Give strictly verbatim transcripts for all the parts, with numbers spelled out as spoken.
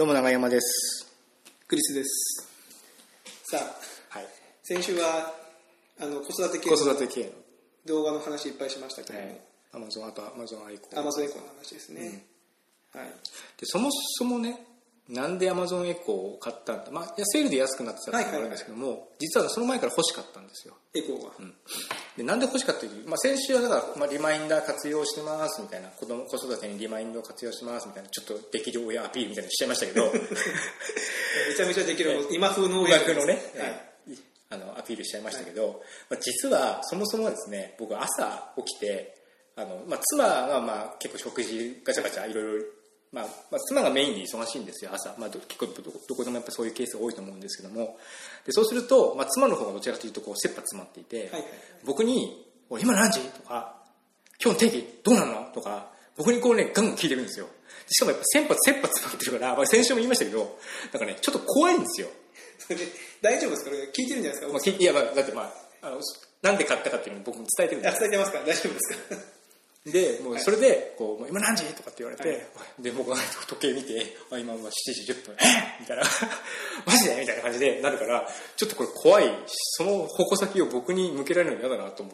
どうも長山です。 クリスです。さあ、はい、先週はあの子育て系の子育て系の動画の話いっぱいしましたけども、 アマゾンあとアマゾンアイコアマゾンエコの話ですね、うん、はい、 でそもそもね、なんでアマゾンエコを買ったんだ、まあ、いやセールで安くなってたってのがあるんですけども、はいはいはい、実はその前から欲しかったんですよ、 エコーが、 うん、でなんで欲しかったという、まあ、先週はだから、まあ、リマインダー活用してますみたいな、子供子育てにリマインダー活用しますみたいな、ちょっとできる親アピールみたいなのしちゃいましたけどめちゃめちゃできる今風の親今風のね、 はい、 あのアピールしちゃいましたけど、はい、まあ、実はそもそもはですね、僕朝起きてあの、まあ、妻がまあ結構食事ガチャガチャいろいろ、まあまあ、妻がメインで忙しいんですよ朝、まあ、ど結構 ど, どこでもやっぱそういうケースが多いと思うんですけども、でそうすると、まあ、妻の方がどちらかというとこう切羽詰まっていて、はいはいはい、僕に「今何時?」とか「今日の天気どうなの?」とか僕にこうねガンガン聞いてくるんですよ。しかもやっぱ切羽切羽詰まってるから、まあ、先週も言いましたけど、なんかねちょっと怖いんですよ。 それで大丈夫ですか？聞いてるんじゃないですか？ まあ、いや、まあ、だってまあ、あのなんで買ったかっていうのを僕も伝えてるんです。 伝えてますか？大丈夫ですか？ でもうそれでこう、はい、今何時とかって言われて、はい、で僕が時計見てあ今はしちじじゅっぷんみたいなマジでみたいな感じでなるから、ちょっとこれ怖い、その矛先を僕に向けられるの嫌だなと思って、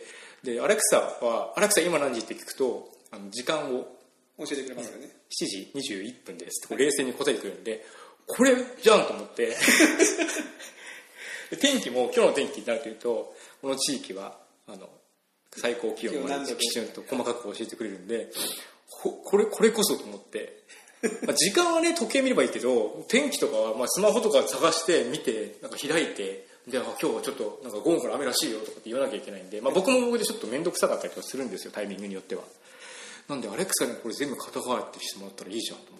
でアレクサはアレクサ今何時って聞くとあの時間を教えてくれますよね。 しちじにじゅういっぷんですって冷静に答えてくれるんで、これじゃんと思って天気も今日の天気になるというと、この地域はあの最高気温まできちんと細かく教えてくれるんで、これこれこそと思ってまあ時間はね時計見ればいいけど、天気とかはまあスマホとか探して見てなんか開いて、で今日はちょっとなんか午後から雨らしいよとかって言わなきゃいけないんで、まあ、僕も僕でちょっと面倒くさかったりとかするんですよ、タイミングによっては。なんでアレクサにこれ全部肩代わってしてもらったらいいじゃんと思って、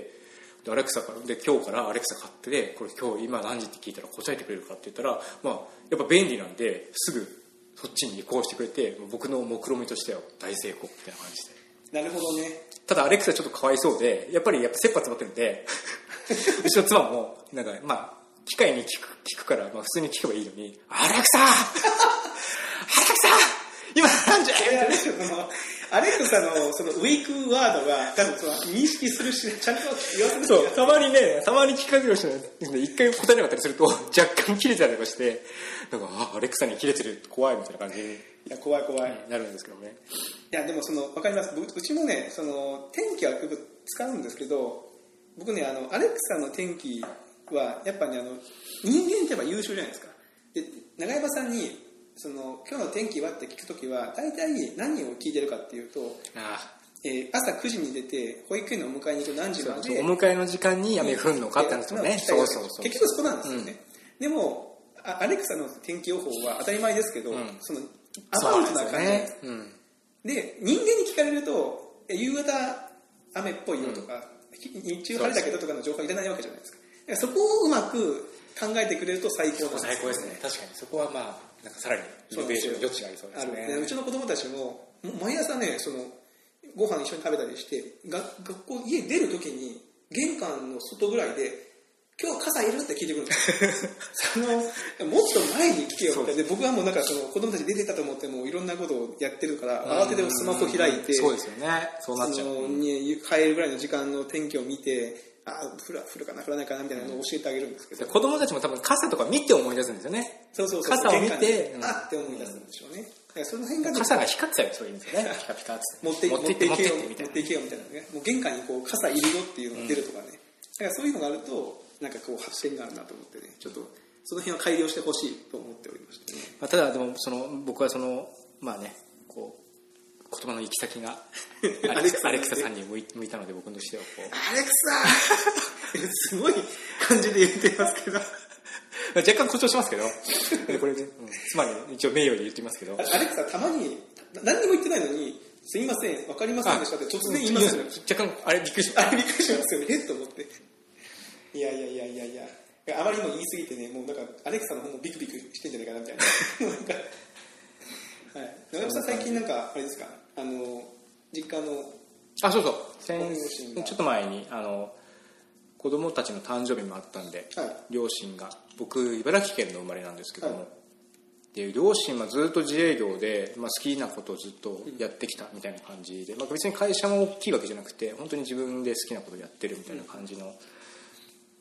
でアレクサからで今日からアレクサ買ってで、これ今日今何時って聞いたら答えてくれるかって言ったら、まあやっぱ便利なんですぐそっちに移行してくれて、僕の目論見としては大成功みたいな感じで。 なるほどね。 ただアレクサちょっとかわいそうで、やっぱりやっぱ切羽詰まってるんでうちの妻もなんかまあ機械に聞く聞くから、まあ、普通に聞けばいいのに「アレクサアレクサ今何時?」 アレクサのそのウィークワードが多分その認識するし、ちゃんと言わせる。 そう、たまにね、たまに聞かせる人ね、一回答えなかったりすると若干切れたりとかして、なんかあアレクサに切れてる怖いみたいな感じに、いや怖い怖いなるんですけどね。 いやでもその分かります。うちもねその天気はよく使うんですけど、僕ねあのアレクサの天気はやっぱねあの人間ってやっぱ優秀じゃないですか。で長山さんにその今日の天気はって聞くときは大体何を聞いてるかっていうと、ああ、えー、朝くじに出て保育園のお迎えに行く何時まで、 そうそう、お迎えの時間に雨降るのかって話ですよね。そうそうそう、 結局そこなんですよね、うん、でもアレクサの天気予報は当たり前ですけど、うん、そのアバウトな感じなんです。で、ね、うん、で人間に聞かれると夕方雨っぽいよとか、うん、日中晴れだけどとかの情報はいらないわけじゃないですか。だからそこをうまく考えてくれると最高なんです、ね、 最高ですね。確かにそこはまあなんかさらにイノベーションの余地がありそうですね。 う, うちの子供たちも毎朝ねそのご飯一緒に食べたりして、が学校家出る時に玄関の外ぐらいで今日傘いるって聞いてくるんですよそのもっと前に聞けよみたいな。で僕はもうなんかその子供たち出てたと思ってもいろんなことをやってるから慌ててスマホ開いて、 そうですよね、そうなっちゃう。 そのに帰るぐらいの時間の天気を見て、あ降る降るかな降らないかなみたいなのを教えてあげるんですけど、 子供たちも多分傘とか見て思い出すんですよね。 そうそうそう、 傘を見て、 うん、あって思い出すんでしょうね。その辺が傘が光ってたりするんですよね。ピカピカって持って持っていけよ持っていけよみたいなね。もう玄関にこう傘いるよっていうのが出るとかね、うん、だからそういうのがあるとなんかこう発見があるなと思ってね、ちょっとその辺は改良してほしいと思っておりましたね。 まあ、ただでもその僕はそのまあねこう言葉の行き先がアレクサ、アレクサさんに向いたので、僕としてはこうアレクサすごい感じで言ってますけど若干誇張しますけどこれ、ね、うん、つまり一応名誉で言ってますけど、 アレクサたまに何にも言ってないのにすいません分かりませんでしたって突然言いますよね。 若干あれびっくりします。 あれびっくりしますよね。えっと思って、いやいやいやいやいや、あまりにも言い過ぎてね、もうなんかアレクサの方もビクビクしてんじゃないかなみたいななんか、はい、長山さん最近なんかあれですか、あの実家のあそうそう先ちょっと前にあの子供たちの誕生日もあったんで、はい、両親が、僕茨城県の生まれなんですけども、はい、で両親はずっと自営業で、まあ、好きなことをずっとやってきたみたいな感じで、まあ、別に会社も大きいわけじゃなくて本当に自分で好きなことをやってるみたいな感じの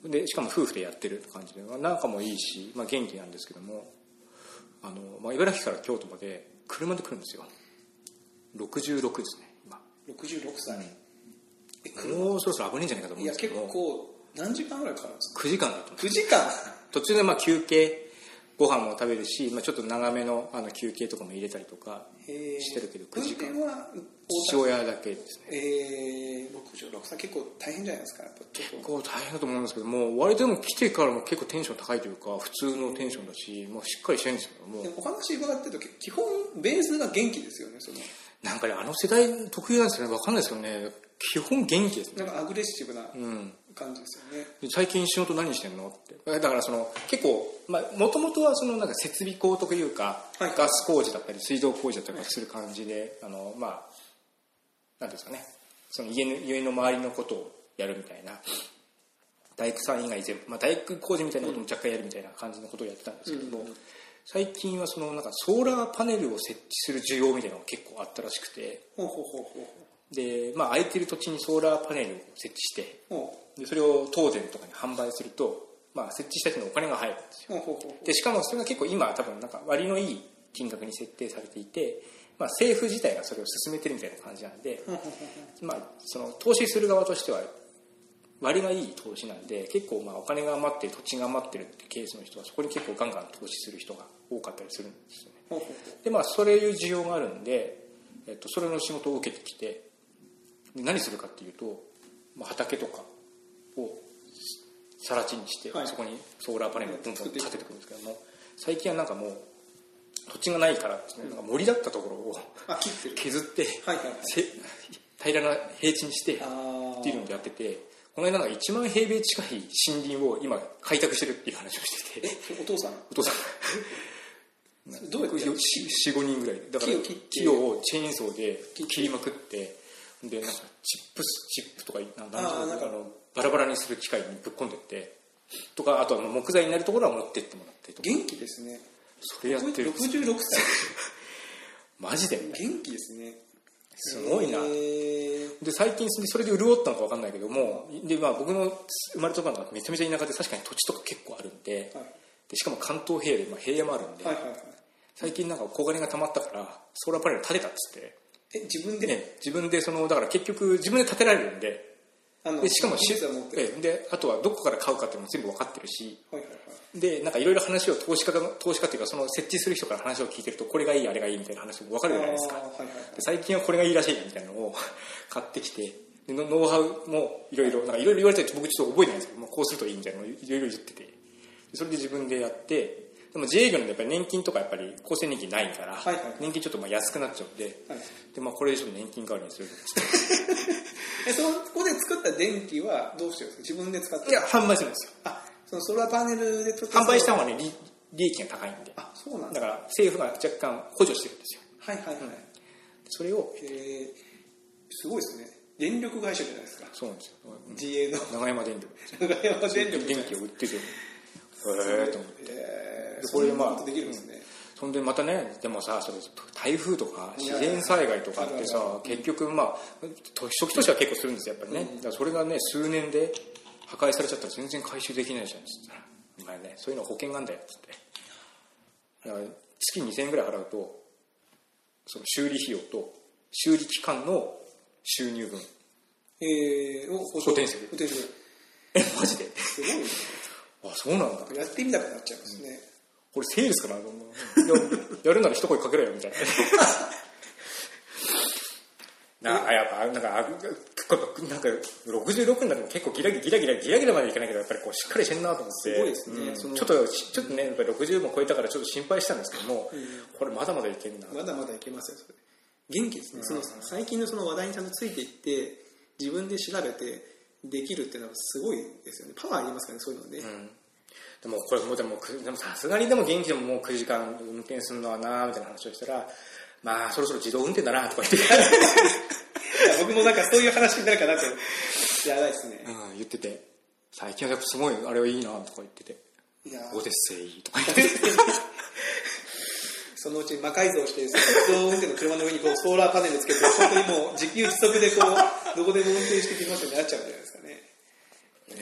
でしかも夫婦でやってる感じで仲もいいし、まあ、元気なんですけども、あの、まあ、茨城から京都まで車で来るんですよ。ろくじゅうろくですね今。 ろくじゅうろくさい、 うん、もうそろそろ危ないんじゃないかと思うんですけども。 いや結構何時間ぐらいかかるんですか。 くじかんだと思う。 くじかん途中でまあ休憩ご飯も食べるし、まあ、ちょっと長め の, あの休憩とかも入れたりとかしてるけど、くじかん。 運転は父親だけですね。 えー、ろくじゅうろくさい結構大変じゃないですか。やっぱ結構大変だと思うんですけども、割とでも来てからも結構テンション高いというか普通のテンションだし、まあ、しっかりしてるんですけども。 でもお話伺ってると基本ベースが元気ですよね。そのなんかね、あの世代特有なんですよね。分かんないですけどね、基本元気ですね。 なんかアグレッシブな感じですよね、 うん、最近仕事何してんのって。だからその結構もともとはそのなんか設備工というか、はい、ガス工事だったり水道工事だったりする感じで、はい、あのまあなんですかね、その家の家の周りのことをやるみたいな、大工さん以外全部、まあ、大工工事みたいなことも若干やるみたいな感じのことをやってたんですけども、うんうんうん、最近はそのなんかソーラーパネルを設置する需要みたいなのが結構あったらしくて、 ほうほうほうほうで、まあ、空いてる土地にソーラーパネルを設置して、でそれを東電とかに販売すると、まあ、設置した人にお金が入るんですよ。 ほうほうほう。 でしかもそれが結構今多分なんか割のいい金額に設定されていて、まあ、政府自体がそれを進めてるみたいな感じなんで、まあ、その投資する側としては割がいい投資なんで、結構まあお金が余ってる、土地が余ってるってケースの人はそこに結構ガンガン投資する人が多かったりするんですよね。でまあそういう需要があるんで、えっと、それの仕事を受けてきて、で何するかっていうと、まあ、畑とかを更地にして、はい、そこにソーラーパネルをどんどん立ててくるんですけども、最近はなんかもう土地がないからですね、なんか森だったところを削って、はいはいはい、平らな平地にしてっていうのをやってて、この間なんかいちまん平米近い森林を今開拓してるっていう話をしてて。 え、お父さんお父さんどうやって よん,ご 人ぐらいだから木をチェーンソーで切りまくって、でなんかチップスチップとかなんかあのバラバラにする機械にぶっ込んでってとか、あとは木材になるところは持ってってもらってとか。 元気ですね。 それやってる。 ろくじゅうろくさいマジで元気ですね。 すごいな。で最近それで潤ったのか分かんないけども、で、まあ、僕の生まれたところがめちゃめちゃ田舎で確かに土地とか結構あるんで、はい、でしかも関東平野で、まあ、平野もあるんで、はいはいはい、最近なんか小金が溜まったからソーラーパネル建てたっつって。 え自分で、 ね、自分でそのだから結局自分で建てられるんで、あのでしかもしえであとはどこから買うかっていうのも全部分かってるし、はいはいはい、でなんかいろいろ話を投資家が投資家っていうかその設置する人から話を聞いてると、これがいいあれがいいみたいな話も分かるじゃないですか、はいはいはい、で最近はこれがいいらしいみたいなのを買ってきて、でノウハウもいろいろいろいろ言われて僕ちょっと覚えてないんですけど、まあ、こうするといいみたいなのをいろいろ言ってて、それで自分でやって、でも自営業なんでやっぱり年金とかやっぱり厚生年金ないから、はいはい、年金ちょっとまあ安くなっちゃうんで、はい、でまあ、これでちょっと年金代わりにするとえそこで作った電気はどうしてるんですか。自分で使って。 いや販売するんですよ。 あ、そのソーラーパネルで作った販売した方がね 利, 利益が高いんで。 あ、そうなんだから政府が若干補助してるんですよ。 はいはいはい、うん、 それを、 えー、すごいですね。電力会社じゃないですか。 そうなんですよ、 うん、自営の長山電力長山電力電気を売ってて、へえと思って、 えー、 これでまあできるんですね、 うん、そんでまたね、でもさ、それ台風とか自然災害とかってさ、結局まあ初期投資は結構するんですよやっぱりね、うん、だからそれがね数年で破壊されちゃったら全然回収できないじゃんっつったら、お前ねそういうの保険があんだよっつって、だから月にせんえんぐらい払うとその修理費用と修理期間の収入分、 えー、を補填してくれる。えマジで？ すごいね。 あ、そうなんだ。 やってみたくなっちゃいますね。うん、 これセールスかな。や, やるなら一声かけろよみたいな。なあやっぱなんかなんかろくじゅうろくになっても結構ギラギラギラギラギラギラまでいかないけど、やっぱりこうしっかりしてんなと思って。 すごいですね。うん、 ちょっとちょっとねやっぱりろくじゅうも超えたからちょっと心配したんですけども、うん、これまだまだいけるな。 まだまだいけますよそれ。元気ですね。その最近のその話題にちゃんとついていって自分で調べてできるっていうのはすごいですよね。パワーありますからね、そういうのね。うん、 でもこれもでもさすがにでも元気でももうくじかん運転するのはなみたいな話をしたら、まあそろそろ自動運転だなとか言っていや僕もなんかそういう話になるかなってやばいですね、 うん、言ってて、最近はやっぱすごいあれはいいなとか言ってて、いやオデッセイとか言ってそのうち魔改造して自動運転の車の上にこうソーラーパネルつけて本当にもう自給自足でこうどこでも運転してきますようになっちゃうんじゃないですかね。 え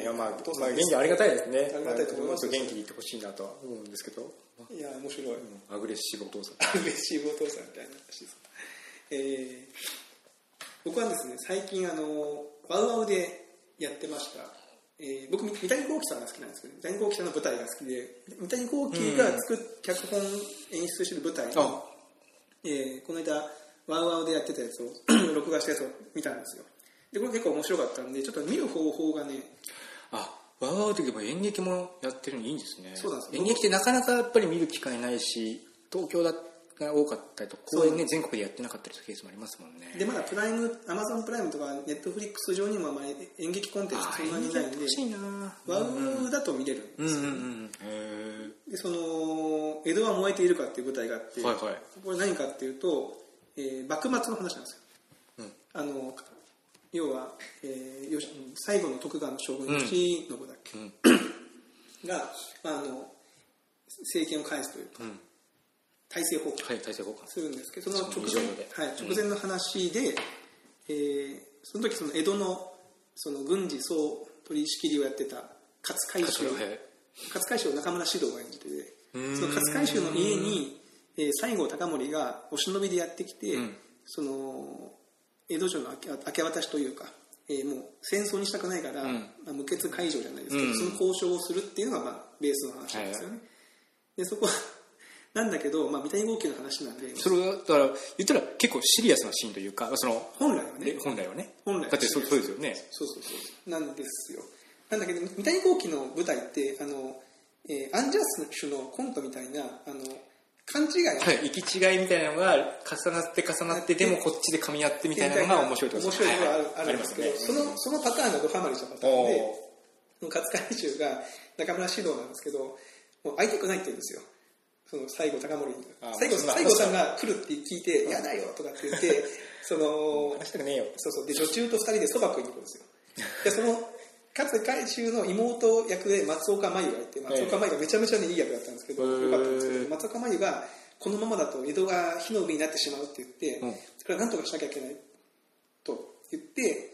いやまあ、まあ、元気ありがたいですね。 ありがたいと思います。 もっと元気でいってほしいなとは思うんですけど。 いや面白い、うん、 アグレッシブお父さんアグレッシブお父さんみたいな話です。えー、僕はですね最近あのワウワウでやってました。えー、僕三谷幸喜さんが好きなんですけど、三谷幸喜さんの舞台が好きで、三谷幸喜が作っ、うん、脚本演出してる舞台を、えー、この間ワウワウでやってたやつを録画したやつを見たんですよ。でこれ結構面白かったんでちょっと見る方法がね、 あ、ワウワウといえば演劇もやってるのいいんですね。 そうなんです。 演劇ってなかなかやっぱり見る機会ないし、東京だが多かったりと公演ね全国でやってなかったりするケースもありますもんね。 でまだプライム、アマゾンプライムとかネットフリックス上にもあまり演劇コンテンツそんなにないんで、ワウだと見れるんですよね。うんうんうん、へでその江戸は燃えているかっていう舞台があって、はいはい、これ何かっていうと、えー、幕末の話なんですよ。うん、あの要は、えー、最後の徳川の将軍義信だっけ、うんうん、が、まあ、あの政権を返すというか。うん、大政奉還するんですけど、はい、その直前、はい、直前の話で、うん、えー、その時その江戸のその軍事総取り仕切りをやってた勝海舟、勝海舟を中村獅童が演じてて、その勝海舟の家に、えー、西郷隆盛がお忍びでやってきて、うん、その江戸城の明け渡しというか、えー、もう戦争にしたくないから、うん、まあ、無血開城じゃないですけど、うん、その交渉をするっていうのが、まあ、ベースの話なんですよね。はい、でそこはなんだけど、まあ、三谷幸喜の話なんで、 それはだから言ったら結構シリアスなシーンというか、その本来はね、 本来はね、 本来だってそうですよね。 そうそうそうなんですよ。なんだけど三谷幸喜の舞台ってあの、えー、アンジャッシュのコントみたいなあの勘違い、 はい、行き違いみたいなのが重なって重なってでもこっちで噛み合ってみたいなのが面白いところです。 面白いところある、はい、あるんですけど、ね、そのそのパターンがドハマりしたパターンで、勝海舟が中村獅童なんですけど、もう会いたくないって言うんですよ。その西郷隆盛に西郷西郷さんが来るって聞いて嫌だよとかって言ってその話したくねえよそうそうで女中とふたりでそば食いに行くんですよ。でその勝海舟の妹役で松岡茉優がいて、松岡茉優がめちゃめちゃ、ね、いい役だったんですけど、よかったんですけど、松岡茉優がこのままだと江戸が火の海になってしまうって言って、うん、それは何とかしなきゃいけないと言って、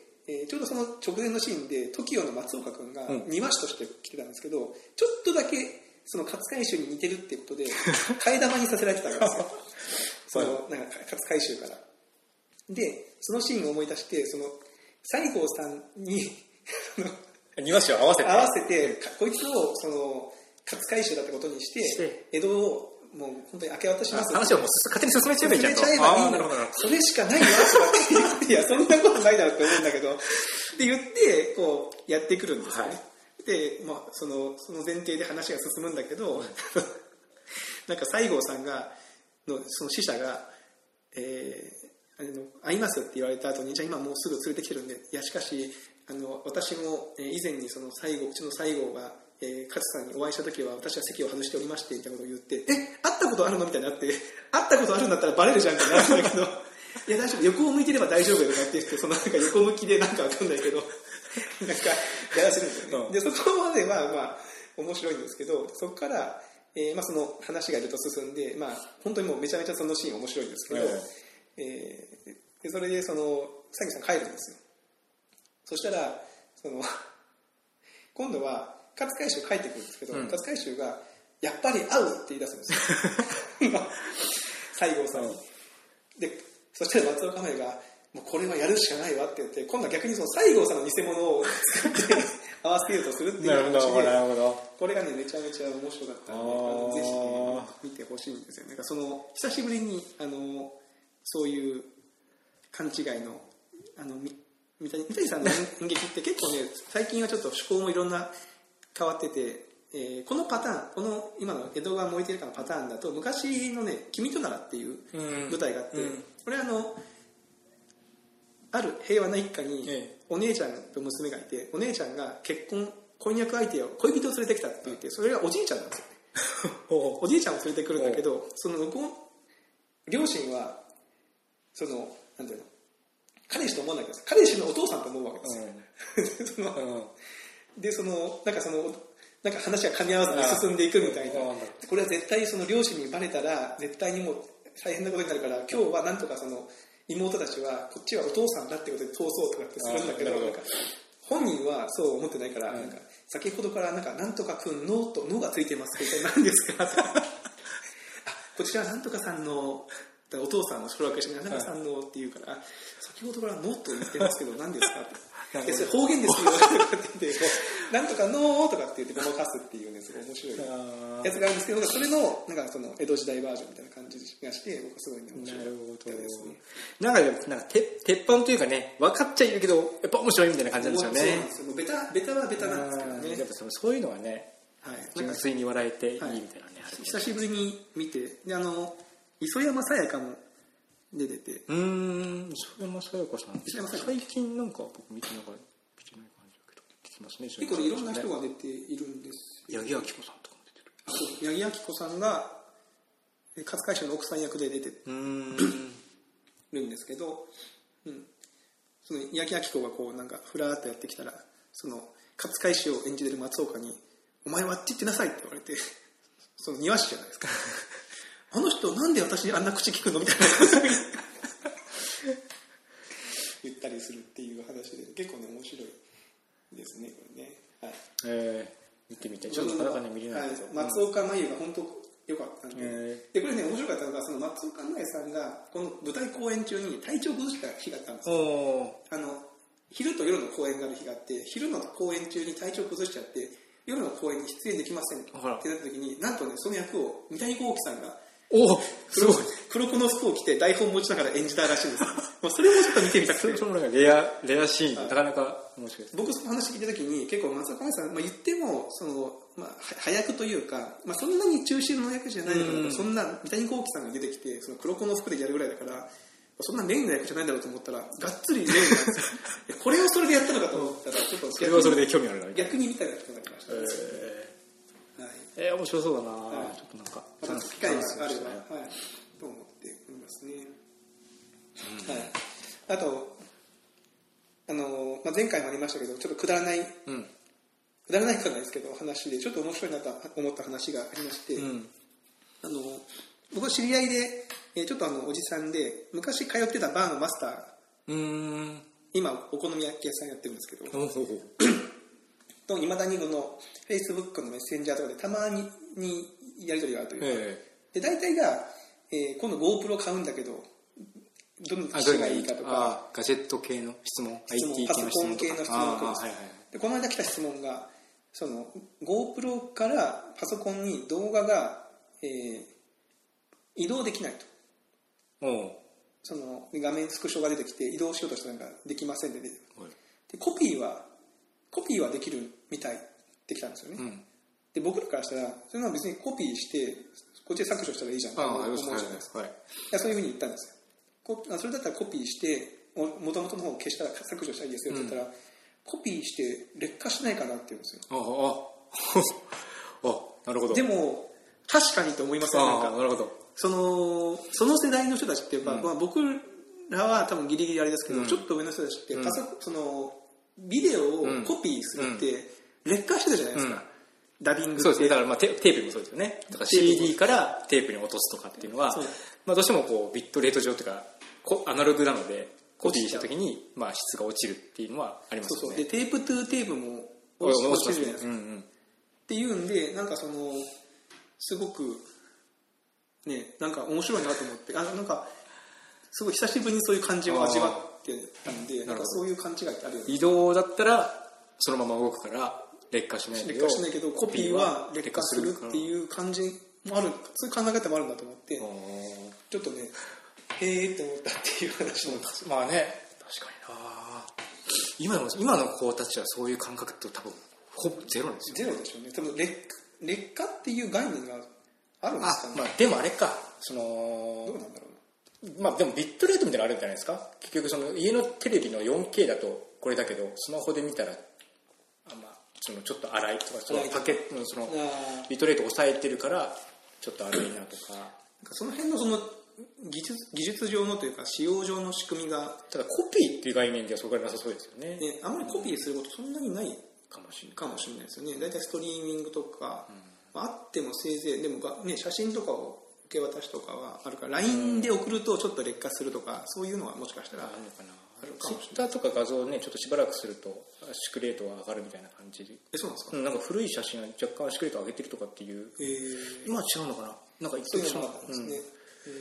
えー、ちょうどその直前のシーンで トキオ の松岡君が庭師として来てたんですけど、うん、ちょっとだけその勝海舟に似てるっていうことで替え玉にさせられてたんですよ。そのなんか勝海舟からでそのシーンを思い出してその西郷さんに庭師を合わせて合わせてこいつをその勝海舟だってことにして江戸をもう本当に明け渡します話をもう勝手に進めちゃえばいいじゃんと。 進めちゃえばいいのそれしかないわとかって言っていやそんなことないだろうって思うんだけどって言ってこうやってくるんですよね。はい、で、まあ、そのその前提で話が進むんだけどなんか西郷さんがのその使者が、えー、あの会いますって言われた後にじゃあ今もうすぐ連れてきてるんでいやしかしあの私も、えー、以前にその西郷うちの西郷が、えー、勝さんにお会いした時は私は席を外しておりましてみたいなことを言ってえ会ったことあるのみたいになって会ったことあるんだったらバレるじゃんってなるんだけどいや大丈夫横を向いてれば大丈夫よとかって言ってそのなんか横向きでなんかわかんないけどなんかやらせるんですよね、うん、でそこまではまあ面白いんですけどそこから、えーまあ、その話がいると進んで、まあ、本当にもうめちゃめちゃそのシーン面白いんですけど、うんえー、でそれでその西郷さん帰るんですよ。そしたらその今度は勝海舟帰ってくるんですけど、うん、勝海舟がやっぱり会うって言い出すんですよ西郷さんに。でそしたら松岡茉優がもうこれはやるしかないわって言って今度は逆にその西郷さんの偽物を作って合わせようとするっていう話でなるほどこれがねめちゃめちゃ面白かったのでぜひ、ね、見てほしいんですよね。なんかその久しぶりにあのそういう勘違いのあの三谷さんの演劇って結構ね最近はちょっと趣向もいろんな変わってて、えー、このパターンこの今の江戸が燃えているかのパターンだと昔のね君とならっていう舞台があって、うんうん、これあのある平和な一家にお姉ちゃんと娘がいてお姉ちゃんが結婚婚約相手を恋人を連れてきたって言ってそれがおじいちゃんなんですよねおじいちゃんを連れてくるんだけどその両親はそのなんていうの彼氏と思わないけど彼氏のお父さんと思うわけですよ、うん、その、うん、でそのなんかそのなんか話が噛み合わずに進んでいくみたいなこれは絶対その両親にバレたら絶対にもう大変なことになるから今日はなんとかその妹たちはこっちはお父さんだってことで通そうとかってするんだけどなんか本人はそう思ってないから、うん、なんか先ほどからなんかなんとかくんのとのがついてますけど何ですかとかあこちらなんとかさんのお父さんの奨学してなんとかさんのって言うから、はい、先ほどからのと言ってますけど何ですかってそれ方言ですよとかって言ってなんとかのとかって言ってごまかすっていうねすごい面白いやつがあるんですけどそれのなんかその江戸時代バージョンみたいな感じがして僕はすごい、ね、面白いですね。 なんかなんかて鉄板というかね分かっちゃいるけどやっぱ面白いみたいな感じなんですよね。 そうなんですよ。もうベタベタはベタなんですけどね。 やっぱそのそういうのはね、はい、純粋に笑えていいみたいなね、 はい、久しぶりに見てであの磯山さやかも出ててうーん磯山さやかさん最近なんか僕見てなかった見てない感じだけど聞きますね。 結構いろんな人が出ているんですよ。八木亜希子さんとかも出てる。 あそう八木亜希子さんが勝海舟の奥さん役で出てるんですけど、うん、その八木亜希子がこうなんかふらーっとやってきたらその勝海舟を演じてる松岡にお前はあっち行ってなさいって言われてその庭師じゃないですかあの人なんで私にあんな口聞くのみたいな言ったりするっていう話で結構ね面白いですねこれね。はい。 えー、見てみたい。ちょっとなかなかね見れないけど、 はい、松岡茉優が本当良かったんで、えー、でこれね面白かったのがその松岡茉優さんがこの舞台公演中に体調崩した日があったんですよ。あの昼と夜の公演がある日があって昼の公演中に体調崩しちゃって夜の公演に出演できませんってなった時になんとねその役を三谷幸喜さんがおすごい黒子の服を着て台本持ちながら演じたらしいんですもうそれもちょっと見てみたくてそれもなんかレアレアシーンなかなか面白いです。 僕その話聞いた時に結構松岡茉優さん、まあ、言ってもその、まあ、早くというか、まあ、そんなに中心の役じゃないのかな、そんな三谷幸喜さんが出てきてその黒子の服でやるぐらいだからそんなメインの役じゃないんだろうと思ったらがっつりメインなんですよこれをそれでやったのかと思ったらちょっとそれはそれで興味あるな逆に見たいなことになりました、ねえーはい、えー、面白そうだな、 はい、 ちょっとなんかまた機会があれば、はい、と思っておりますね、うん、はい、あとあの、まあ、前回もありましたけどちょっとくだらない、うん、くだらないかないですけど話でちょっと面白いなと思った話がありまして、うん、あの僕は知り合いでちょっとあのおじさんで昔通ってたバーのマスター、うーん今お好み焼き屋さんやってるんですけどといまだにこの Facebook のメッセンジャーとかでたまににやり取りがあるというか、で大体が、えー、今度 GoPro 買うんだけどどの機種がいいかとかガジェット系の質問、 質問 アイティー パソコン系の質問とか、はいはい、でこの間来た質問がその GoPro からパソコンに動画が、えー、移動できないと。その画面スクショが出てきて移動しようとしたらなんかできませんで出てくる、はい、でコピーはコピーはできるみたいってきたんですよね、うん、で僕らからしたらそれは別にコピーしてこっちで削除したらいいじゃんって思うじゃないですか、はいはい、そういうふうに言ったんですよ。それだったらコピーしてもともとの方を消したら削除したらいいですよって言ったら、うん、コピーして劣化しないかなって言うんですよ。 あああなるほど。 でも確かにと思いますよ。なんかなるほど。 そのその世代の人たちってやっぱ、うんまあ、僕らは多分ギリギリあれですけど、うん、ちょっと上の人たちってパソ、うん、そのビデオをコピーするって劣化してたじゃないですか、うん、ダビングって。 そうですね。だからまあテープもそうですよね。だから シーディー からテープに落とすとかっていうのは、まあ、どうしてもこうビットレート上というかアナログなのでコピーした時にまあ質が落ちるっていうのはありますよね。そうそうでテープトゥーテープも落ちるじゃないですか、うんうん、っていうんでなんかそのすごくね、なんか面白いなと思ってあなんかすごい久しぶりにそういう感じを味わってたんでなんかそういう勘違いってあるよね。 移動だったらそのまま動くから劣化しないけど劣化しないけどコピーは劣化するっていう感じもあるそういう考え方もあるんだと思ってちょっとねへーって思ったっていう話なんです。 まあね確かにな今の今の子たちはそういう感覚って多分ほぼゼロですよね。ゼロでしょうね。多分劣劣化っていう概念があるんですかね。 あ、まあ、でもあれかそのどうなんだろうな、まあ、でもビットレートみたいなのあるんじゃないですか。結局その家のテレビの よんケー だとこれだけどスマホで見たらあ、まあ、そのちょっと荒いとかそのパケットのそのビットレートを抑えてるからちょっと荒いなとかなんかその辺のその技術、技術上のというか使用上の仕組みがただコピーっていう概念ではそこからなさそうですよね。 ねあんまりコピーすることそんなにないかもしれない、かもしれないですよね。だいたいストリーミングとか、うんあってもせいぜいでも、ね、写真とかを受け渡しとかはあるから ライン で送るとちょっと劣化するとかそういうのはもしかしたらあるのかな。 あるかもしれない。 ツイッターとか画像ねちょっとしばらくすると圧縮レートが上がるみたいな感じで。 え、そうなんですか？ うん、なんか古い写真は若干圧縮レート上げてるとかっていう、 えー、 今は違うのかな、なんか言ってそういうる人のがあったんですね。うん、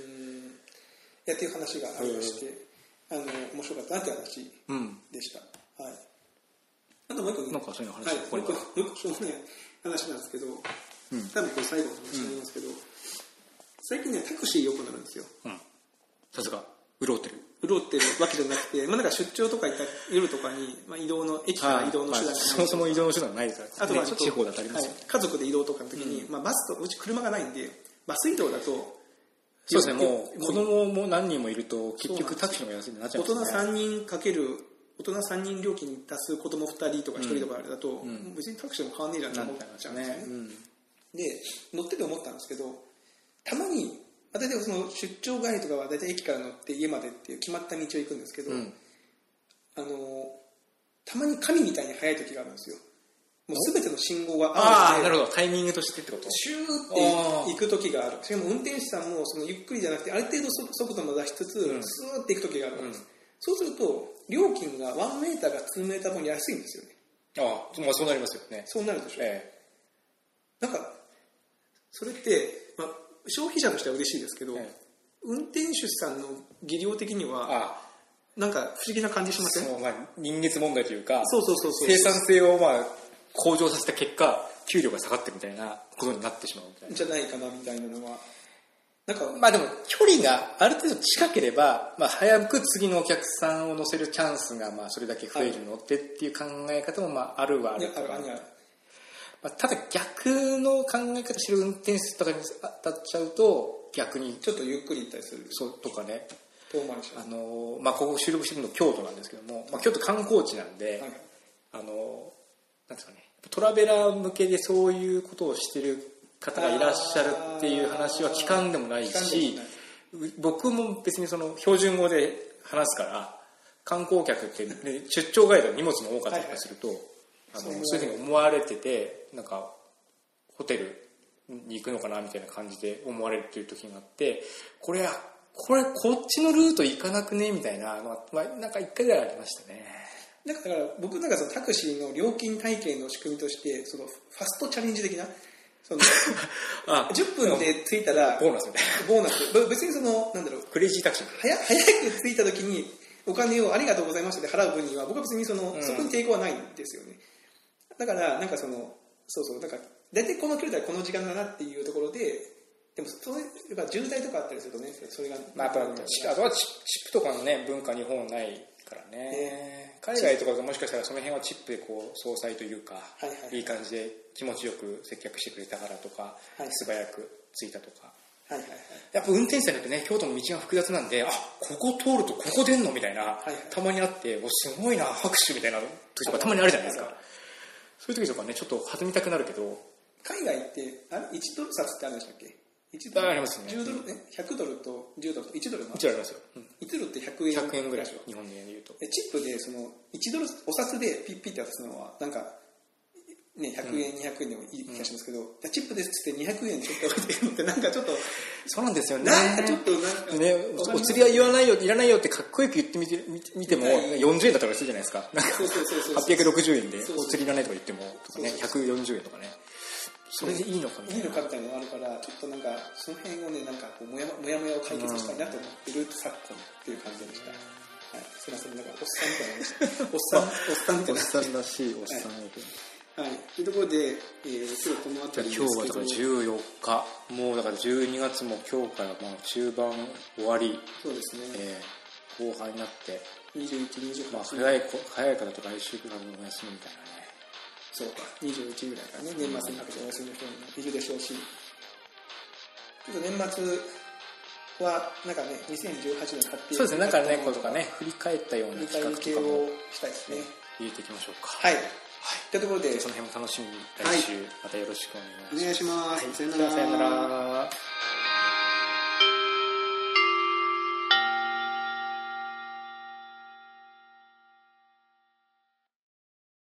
いやっていう話がありまして、あの面白かったなっていう話でした。うん、はい。あともう一個、 なんかそういうの話、 はい、もう一個、もう一個しょうもない話なんですけど、うん、多分これ最後の話になりますけど、うん、最近ねタクシーよく乗るんですよ。 うん。さすが潤ってる。 潤ってるわけじゃなくて、まあなんか出張とか行った夜とかに、まあ、移動の駅から移動の手段がない、まあ、 そもそも移動の手段ないですから。 あとまあちょっと、 地方だとありますよ、 はい、家族で移動とかの時に、うん、まあバスとうち車がないんでバス移動だと。 そうですね、もう子供も何人もいると結局タクシーの方が安いになっちゃいますね。 大人さんにんかける大人さんにん料金に足す子供ふたりとかひとりとかあれだと、うん、別にタクシーも変わんねえじゃんって思っちゃうんですよね。うん、で乗ってて思ったんですけど、たまに大体その出張帰りとかは大体駅から乗って家までっていう決まった道を行くんですけど、うん、あのたまに神みたいに速い時があるんですよ。もう全ての信号がああ、なるほど、タイミングとしてってこと。 シューって行く時がある。しかも運転手さんもそのゆっくりじゃなくてある程度速度も出しつつ、うん、スーって行く時があるんです、うん、そうすると料金がワンメーターがツーメーター分安いんですよね。 ああ、まあ、そうなりますよね。 そうなるでしょう、ええ、なんかそれって、まあ、消費者としては嬉しいですけど、ええ、運転手さんの技量的にはああなんか不思議な感じしません？ そう、まあ、人月問題というか、 そうそうそうそう、 生産性をまあ向上させた結果給料が下がってるみたいなことになってしまうみたいなじゃないかなみたいなのはなんか、まあでも距離がある程度近ければ、まあ、早く次のお客さんを乗せるチャンスがまあそれだけ増えるのってっていう考え方もまああるはあるから、まあ、ただ逆の考え方してる運転手とかに当たっちゃうと逆にちょっとゆっくり行ったりするそうとかね、 遠回りしあの、まあ、ここ収録してるの京都なんですけども、まあ、京都観光地なんで、はい、あのなんですかね、トラベラー向けでそういうことをしてる方がいらっしゃるっていう話は聞かんでもないし、僕も別にその標準語で話すから観光客って、ね、出張ガイド荷物も多かったりすると、はいはい、あのそういうふうに思われててなんかホテルに行くのかなみたいな感じで思われるっていう時があって、これはこれこっちのルート行かなくねみたいなのは、まあ、なんかいっかいぐらいありましたね。 だから僕なんかそのタクシーの料金体系の仕組みとしてそのファストチャレンジ的なそのあじゅっぷんで着いたらボーナスみたいなボーナス別にそのなんだろうクレイジータクシー早早く着いた時にお金をありがとうございましたで払う分には僕は別にその、うん、そこに抵抗はないんですよね。だからなんかそのそうそうなんか大体この距離だこの時間だなっていうところででもそういうやっぱ渋滞とかあったりするとねそれが、 まあ、やっぱあとはチップとかのね文化日本ないからね、海外とかがもしかしたらその辺はチップでこう総裁というか、はいはいはい、いい感じで気持ちよく接客してくれたからとか、はい、素早く着いたとか、はいはいはい、やっぱ運転手さんによってね京都の道が複雑なんであここ通るとここ出んのみたいな、はいはい、たまにあっておすごいな拍手みたいな時とかたまにあるじゃないですか、はいはい、そういう時とかねちょっと弾みたくなるけど海外ってあれいちドル札ってあるんでしたっけ？いちドルありますね。 じゅうドルね、ひゃくドルとじゅうドルといちドルの。 いちドルありますよ。うん、 いちドルってひゃくえん。 ひゃくえんぐらいでしょ。日本円で言うと。 チップでそのいちドルお札でピッピッて渡すのはなんかねひゃくえん、うん、にひゃくえんでもいい気がしますけど、うん、チップですってにひゃくえんちょっと置いてるのってなんかちょっとそうなんですよね。 なんかちょっとなんかねお釣りは言わないよいらないよってかっこよく言ってみて見てもよんじゅうえんだったらするじゃないですか。なんかはっぴゃくろくじゅうえんでお釣りいらないとか言ってもとかねひゃくよんじゅうえんとかね。それでいいのかみたいな。いいのかみたいなのがあるから、ちょっとなんかその辺をねなんかこうもやもやもやを解決したいなと思ってる昨今っていう感じでした。はい、すみませんなんかおっさんみたいなおっさんおっさんみたいなおっさんらしいおっさんみたいな。はい、というところで、えー、今日この辺りですけど今日はだからじゅうよっかもうだからじゅうにがつも今日からまあ中盤終わりそうですね、えー、後半になってにじゅういち、にじゅうはち、まあ、早い早い方と来週からのお休みみたいなねそうかにじゅういちぐらいからね年末にかけてお休みの人もいるでしょうしちょっと年末はなんかねにせんじゅうはちねん買ってそうですねなんかねこうとかね振り返ったような企画とかもしたいですね入れていきましょうかはい、はい、というところでその辺も楽しみに来週またよろしくお願いします、はい、お願いします、はい、さよならさよなら。